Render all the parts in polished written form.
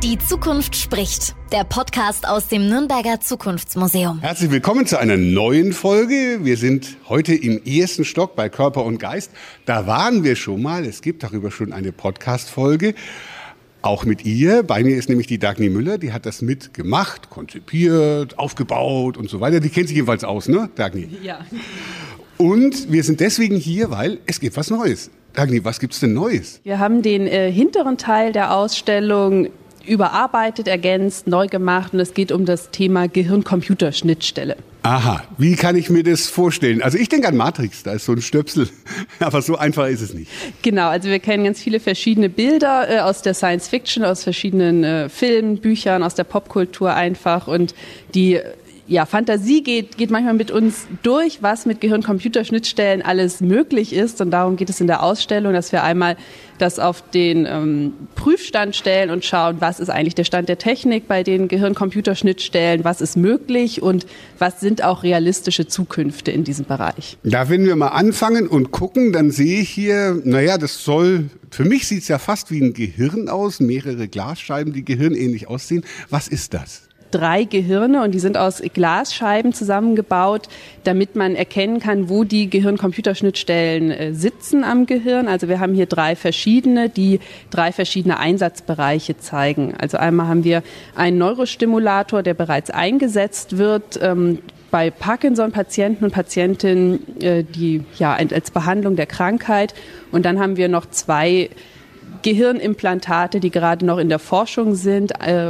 Die Zukunft spricht. Der Podcast aus dem Nürnberger Zukunftsmuseum. Herzlich willkommen zu einer neuen Folge. Wir sind heute im ersten Stock bei Körper und Geist. Da waren wir schon mal. Es gibt darüber schon eine Podcast-Folge. Auch mit ihr. Bei mir ist nämlich die Dagny Müller. Die hat das mitgemacht, konzipiert, aufgebaut und so weiter. Die kennt sich jedenfalls aus, ne, Dagny? Ja. Und wir sind deswegen hier, weil es gibt was Neues. Dagny, was gibt's denn Neues? Wir haben den hinteren Teil der Ausstellung überarbeitet, ergänzt, neu gemacht und es geht um das Thema Gehirn-Computer-Schnittstelle. Aha, wie kann ich mir das vorstellen? Also ich denke an Matrix, da ist so ein Stöpsel, aber so einfach ist es nicht. Genau, also wir kennen ganz viele verschiedene Bilder aus der Science-Fiction, aus verschiedenen Filmen, Büchern, aus der Popkultur einfach und die Fantasie geht manchmal mit uns durch, was mit Gehirn-Computer-Schnittstellen alles möglich ist. Und darum geht es in der Ausstellung, dass wir einmal das auf den Prüfstand stellen und schauen, was ist eigentlich der Stand der Technik bei den Gehirn-Computer-Schnittstellen, was ist möglich und was sind auch realistische Zukünfte in diesem Bereich. Da, wenn wir mal anfangen und gucken, dann sehe ich hier, für mich sieht es ja fast wie ein Gehirn aus, mehrere Glasscheiben, die gehirnähnlich aussehen. Was ist das? 3 Gehirne und die sind aus Glasscheiben zusammengebaut, damit man erkennen kann, wo die Gehirn-Computer-Schnittstellen sitzen am Gehirn. Also wir haben hier 3 verschiedene, die 3 verschiedene Einsatzbereiche zeigen. Also einmal haben wir einen Neurostimulator, der bereits eingesetzt wird bei Parkinson-Patienten und Patientinnen, als Behandlung der Krankheit. Und dann haben wir noch 2 Gehirnimplantate, die gerade noch in der Forschung sind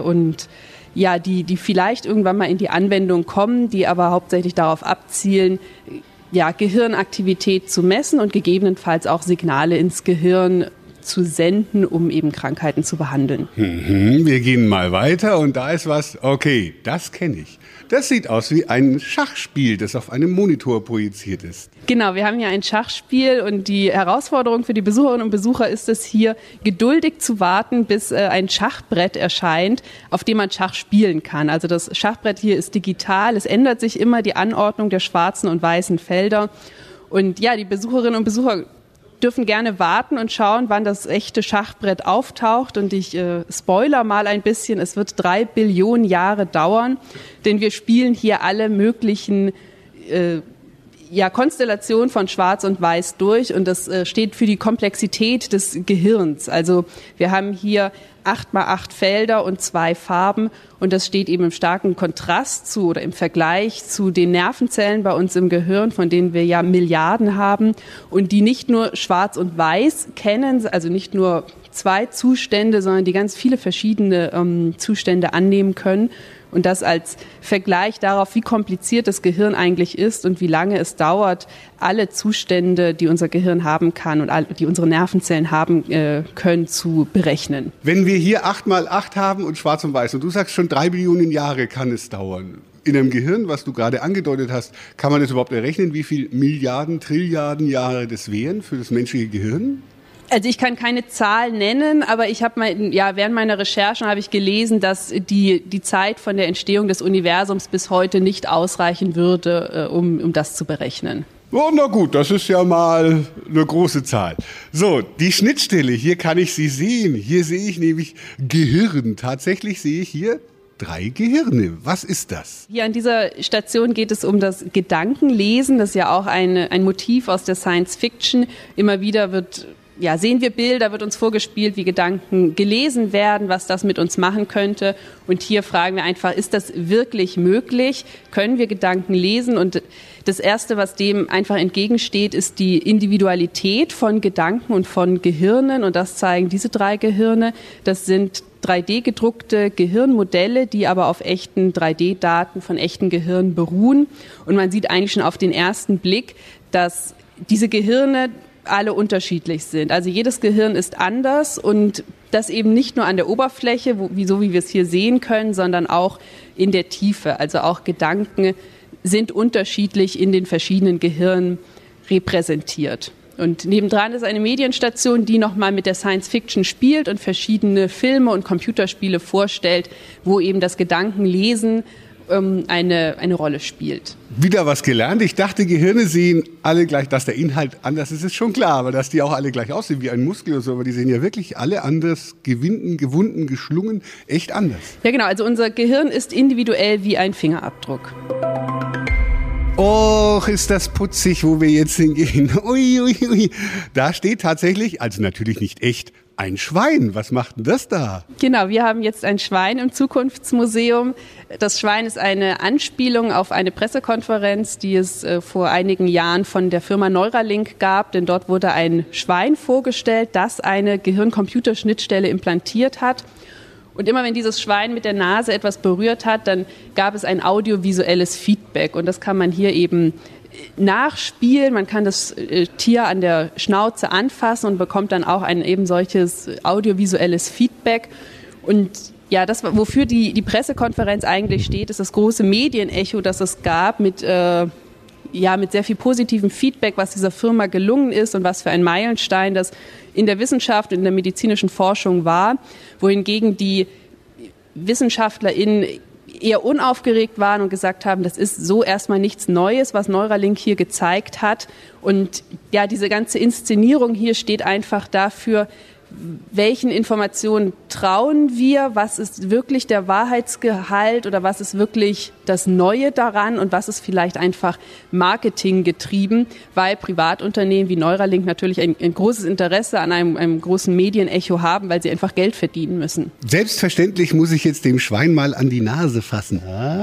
die vielleicht irgendwann mal in die Anwendung kommen, die aber hauptsächlich darauf abzielen, Gehirnaktivität zu messen und gegebenenfalls auch Signale ins Gehirn zu senden, um eben Krankheiten zu behandeln. Wir gehen mal weiter und da ist was, okay, das kenne ich. Das sieht aus wie ein Schachspiel, das auf einem Monitor projiziert ist. Genau, wir haben hier ein Schachspiel und die Herausforderung für die Besucherinnen und Besucher ist es hier, geduldig zu warten, bis ein Schachbrett erscheint, auf dem man Schach spielen kann. Also das Schachbrett hier ist digital, es ändert sich immer die Anordnung der schwarzen und weißen Felder. Und die Besucherinnen und Besucher dürfen gerne warten und schauen, wann das echte Schachbrett auftaucht. Und ich spoiler mal ein bisschen, es wird 3 Billionen Jahre dauern, denn wir spielen hier alle möglichen Konstellationen von Schwarz und Weiß durch und das steht für die Komplexität des Gehirns. Also wir haben hier 8x8 Felder und 2 Farben und das steht eben im starken Kontrast im Vergleich zu den Nervenzellen bei uns im Gehirn, von denen wir ja Milliarden haben und die nicht nur Schwarz und Weiß kennen, also nicht nur 2 Zustände, sondern die ganz viele verschiedene Zustände annehmen können. Und das als Vergleich darauf, wie kompliziert das Gehirn eigentlich ist und wie lange es dauert, alle Zustände, die unser Gehirn haben kann und die unsere Nervenzellen haben können, zu berechnen. Wenn wir hier 8x8 haben und schwarz und weiß und du sagst schon 3 Billionen Jahre kann es dauern. In einem Gehirn, was du gerade angedeutet hast, kann man das überhaupt errechnen, wie viel Milliarden, Trilliarden Jahre das wären für das menschliche Gehirn? Also ich kann keine Zahl nennen, aber ich habe während meiner Recherchen habe ich gelesen, dass die Zeit von der Entstehung des Universums bis heute nicht ausreichen würde, um das zu berechnen. Oh, na gut, das ist ja mal eine große Zahl. So, die Schnittstelle, hier kann ich sie sehen. Hier sehe ich nämlich Gehirn. Tatsächlich sehe ich hier 3 Gehirne. Was ist das? Hier an dieser Station geht es um das Gedankenlesen. Das ist ja auch ein Motiv aus der Science Fiction. Immer wieder sehen wir Bilder, wird uns vorgespielt, wie Gedanken gelesen werden, was das mit uns machen könnte. Und hier fragen wir einfach, ist das wirklich möglich? Können wir Gedanken lesen? Und das Erste, was dem einfach entgegensteht, ist die Individualität von Gedanken und von Gehirnen. Und das zeigen diese 3 Gehirne. Das sind 3D-gedruckte Gehirnmodelle, die aber auf echten 3D-Daten von echten Gehirnen beruhen. Und man sieht eigentlich schon auf den ersten Blick, dass diese Gehirne alle unterschiedlich sind. Also jedes Gehirn ist anders und das eben nicht nur an der Oberfläche, so wie wir es hier sehen können, sondern auch in der Tiefe. Also auch Gedanken sind unterschiedlich in den verschiedenen Gehirnen repräsentiert. Und nebendran ist eine Medienstation, die nochmal mit der Science Fiction spielt und verschiedene Filme und Computerspiele vorstellt, wo eben das Gedankenlesen eine Rolle spielt. Wieder was gelernt. Ich dachte, Gehirne sehen alle gleich, dass der Inhalt anders ist, ist schon klar, aber dass die auch alle gleich aussehen wie ein Muskel oder so, aber die sehen ja wirklich alle anders, gewunden, geschlungen, echt anders. Ja genau, also unser Gehirn ist individuell wie ein Fingerabdruck. Och, ist das putzig, wo wir jetzt hingehen. Ui, ui, ui. Da steht tatsächlich, also natürlich nicht echt, ein Schwein. Was macht denn das da? Genau, wir haben jetzt ein Schwein im Zukunftsmuseum. Das Schwein ist eine Anspielung auf eine Pressekonferenz, die es vor einigen Jahren von der Firma Neuralink gab. Denn dort wurde ein Schwein vorgestellt, das eine Gehirn-Computer-Schnittstelle implantiert hat. Und immer wenn dieses Schwein mit der Nase etwas berührt hat, dann gab es ein audiovisuelles Feedback. Und das kann man hier eben nachspielen. Man kann das Tier an der Schnauze anfassen und bekommt dann auch ein eben solches audiovisuelles Feedback. Und ja, das, wofür die Pressekonferenz eigentlich steht, ist das große Medienecho, das es gab mit sehr viel positivem Feedback, was dieser Firma gelungen ist und was für ein Meilenstein das in der Wissenschaft und in der medizinischen Forschung war, wohingegen die WissenschaftlerInnen eher unaufgeregt waren und gesagt haben, das ist so erstmal nichts Neues, was Neuralink hier gezeigt hat. Und ja, diese ganze Inszenierung hier steht einfach dafür, welchen Informationen trauen wir, was ist wirklich der Wahrheitsgehalt oder was ist wirklich das Neue daran und was ist vielleicht einfach marketinggetrieben, weil Privatunternehmen wie Neuralink natürlich ein großes Interesse an einem großen Medienecho haben, weil sie einfach Geld verdienen müssen. Selbstverständlich muss ich jetzt dem Schwein mal an die Nase fassen.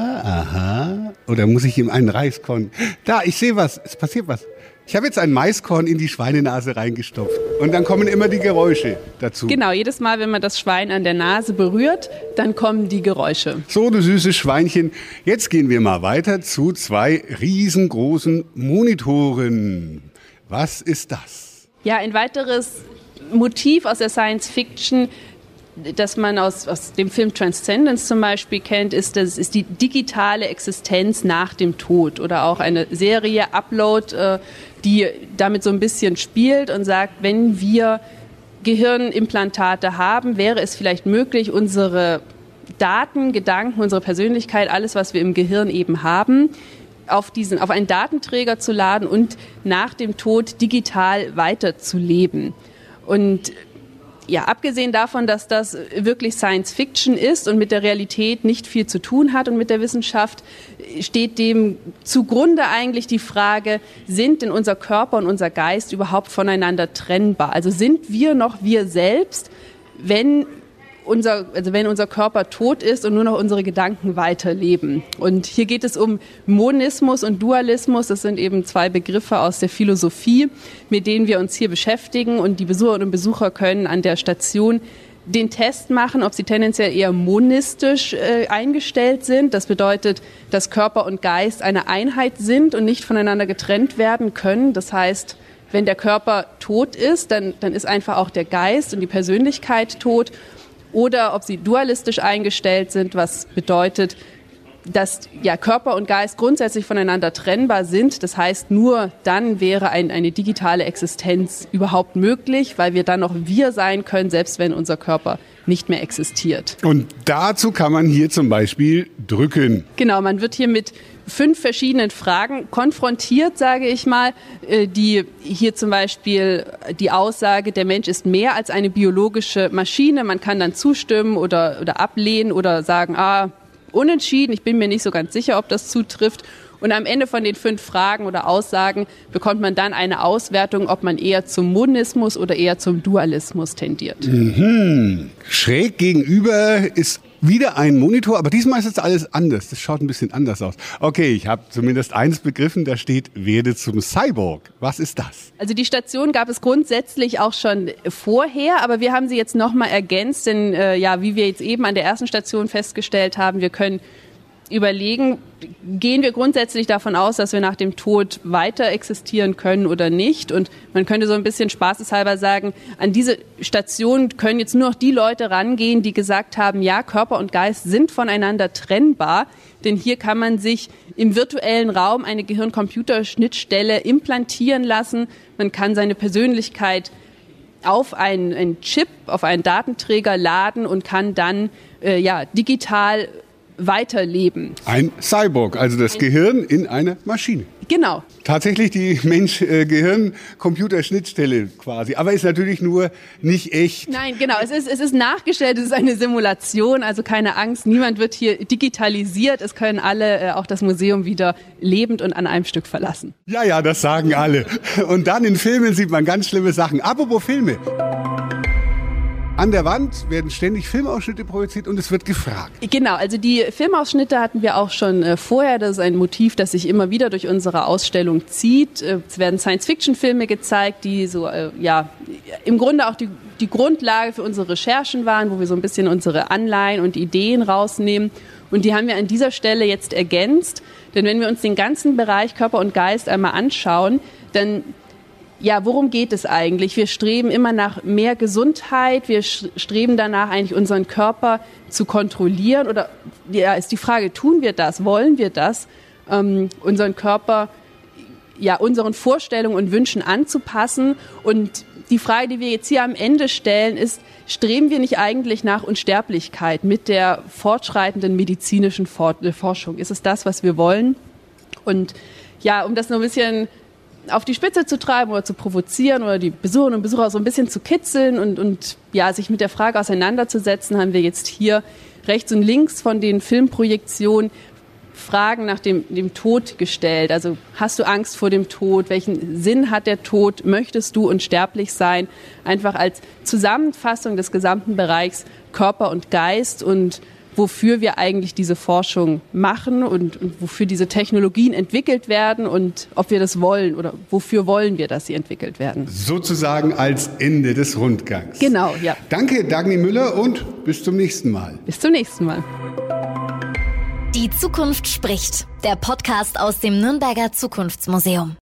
Aha. Oder muss ich ihm einen Reiskorn? Da, ich sehe was, es passiert was. Ich habe jetzt ein Maiskorn in die Schweinenase reingestopft und dann kommen immer die Geräusche dazu. Genau, jedes Mal, wenn man das Schwein an der Nase berührt, dann kommen die Geräusche. So, du süßes Schweinchen. Jetzt gehen wir mal weiter zu 2 riesengroßen Monitoren. Was ist das? Ja, ein weiteres Motiv aus der Science Fiction, das man aus dem Film Transcendence zum Beispiel kennt, ist die digitale Existenz nach dem Tod oder auch eine Serie Upload, die damit so ein bisschen spielt und sagt, wenn wir Gehirnimplantate haben, wäre es vielleicht möglich, unsere Daten, Gedanken, unsere Persönlichkeit, alles, was wir im Gehirn eben haben, auf einen Datenträger zu laden und nach dem Tod digital weiterzuleben. Und ja, abgesehen davon, dass das wirklich Science Fiction ist und mit der Realität nicht viel zu tun hat und mit der Wissenschaft, steht dem zugrunde eigentlich die Frage, sind denn unser Körper und unser Geist überhaupt voneinander trennbar? Also sind wir noch wir selbst, wenn unser Körper tot ist und nur noch unsere Gedanken weiterleben. Und hier geht es um Monismus und Dualismus. Das sind eben 2 Begriffe aus der Philosophie, mit denen wir uns hier beschäftigen. Und die Besucherinnen und Besucher können an der Station den Test machen, ob sie tendenziell eher monistisch eingestellt sind. Das bedeutet, dass Körper und Geist eine Einheit sind und nicht voneinander getrennt werden können. Das heißt, wenn der Körper tot ist, dann ist einfach auch der Geist und die Persönlichkeit tot. Oder ob sie dualistisch eingestellt sind, was bedeutet, dass ja Körper und Geist grundsätzlich voneinander trennbar sind. Das heißt, nur dann wäre eine digitale Existenz überhaupt möglich, weil wir dann noch wir sein können, selbst wenn unser Körper nicht mehr existiert. Und dazu kann man hier zum Beispiel drücken. Genau, man wird hier mit 5 verschiedenen Fragen konfrontiert, sage ich mal, die hier zum Beispiel die Aussage, der Mensch ist mehr als eine biologische Maschine. Man kann dann zustimmen oder ablehnen oder sagen, unentschieden, ich bin mir nicht so ganz sicher, ob das zutrifft. Und am Ende von den 5 Fragen oder Aussagen bekommt man dann eine Auswertung, ob man eher zum Monismus oder eher zum Dualismus tendiert. Mhm. Schräg gegenüber ist wieder ein Monitor, aber diesmal ist jetzt alles anders. Das schaut ein bisschen anders aus. Okay, ich habe zumindest eins begriffen, da steht, werde zum Cyborg. Was ist das? Also die Station gab es grundsätzlich auch schon vorher, aber wir haben sie jetzt nochmal ergänzt, denn wie wir jetzt eben an der ersten Station festgestellt haben, wir können überlegen, gehen wir grundsätzlich davon aus, dass wir nach dem Tod weiter existieren können oder nicht. Und man könnte so ein bisschen spaßeshalber sagen, an diese Station können jetzt nur noch die Leute rangehen, die gesagt haben, ja, Körper und Geist sind voneinander trennbar. Denn hier kann man sich im virtuellen Raum eine Gehirn-Computer-Schnittstelle implantieren lassen. Man kann seine Persönlichkeit auf einen Chip, auf einen Datenträger laden und kann dann digital weiterleben. Ein Cyborg, also das Gehirn in einer Maschine. Genau. Tatsächlich die Mensch-Gehirn-Computer-Schnittstelle quasi, aber ist natürlich nur nicht echt. Nein, genau, es ist nachgestellt, es ist eine Simulation, also keine Angst, niemand wird hier digitalisiert, es können alle auch das Museum wieder lebend und an einem Stück verlassen. Ja, das sagen alle. Und dann in Filmen sieht man ganz schlimme Sachen. Apropos Filme. An der Wand werden ständig Filmausschnitte projiziert und es wird gefragt. Genau, also die Filmausschnitte hatten wir auch schon vorher. Das ist ein Motiv, das sich immer wieder durch unsere Ausstellung zieht. Es werden Science-Fiction-Filme gezeigt, die so im Grunde auch die Grundlage für unsere Recherchen waren, wo wir so ein bisschen unsere Anleihen und Ideen rausnehmen. Und die haben wir an dieser Stelle jetzt ergänzt. Denn wenn wir uns den ganzen Bereich Körper und Geist einmal anschauen, dann worum geht es eigentlich? Wir streben immer nach mehr Gesundheit, wir streben danach eigentlich unseren Körper zu kontrollieren oder ist die Frage, tun wir das, wollen wir das, unseren Körper unseren Vorstellungen und Wünschen anzupassen? Und die Frage, die wir jetzt hier am Ende stellen, ist, streben wir nicht eigentlich nach Unsterblichkeit mit der fortschreitenden medizinischen Forschung? Ist es das, was wir wollen? Und um das noch ein bisschen auf die Spitze zu treiben oder zu provozieren oder die Besucherinnen und Besucher so ein bisschen zu kitzeln und sich mit der Frage auseinanderzusetzen, haben wir jetzt hier rechts und links von den Filmprojektionen Fragen nach dem Tod gestellt. Also hast du Angst vor dem Tod? Welchen Sinn hat der Tod? Möchtest du unsterblich sein? Einfach als Zusammenfassung des gesamten Bereichs Körper und Geist und wofür wir eigentlich diese Forschung machen und wofür diese Technologien entwickelt werden und ob wir das wollen oder wofür wollen wir, dass sie entwickelt werden. Sozusagen als Ende des Rundgangs. Genau, ja. Danke, Dagny Müller, und bis zum nächsten Mal. Bis zum nächsten Mal. Die Zukunft spricht. Der Podcast aus dem Nürnberger Zukunftsmuseum.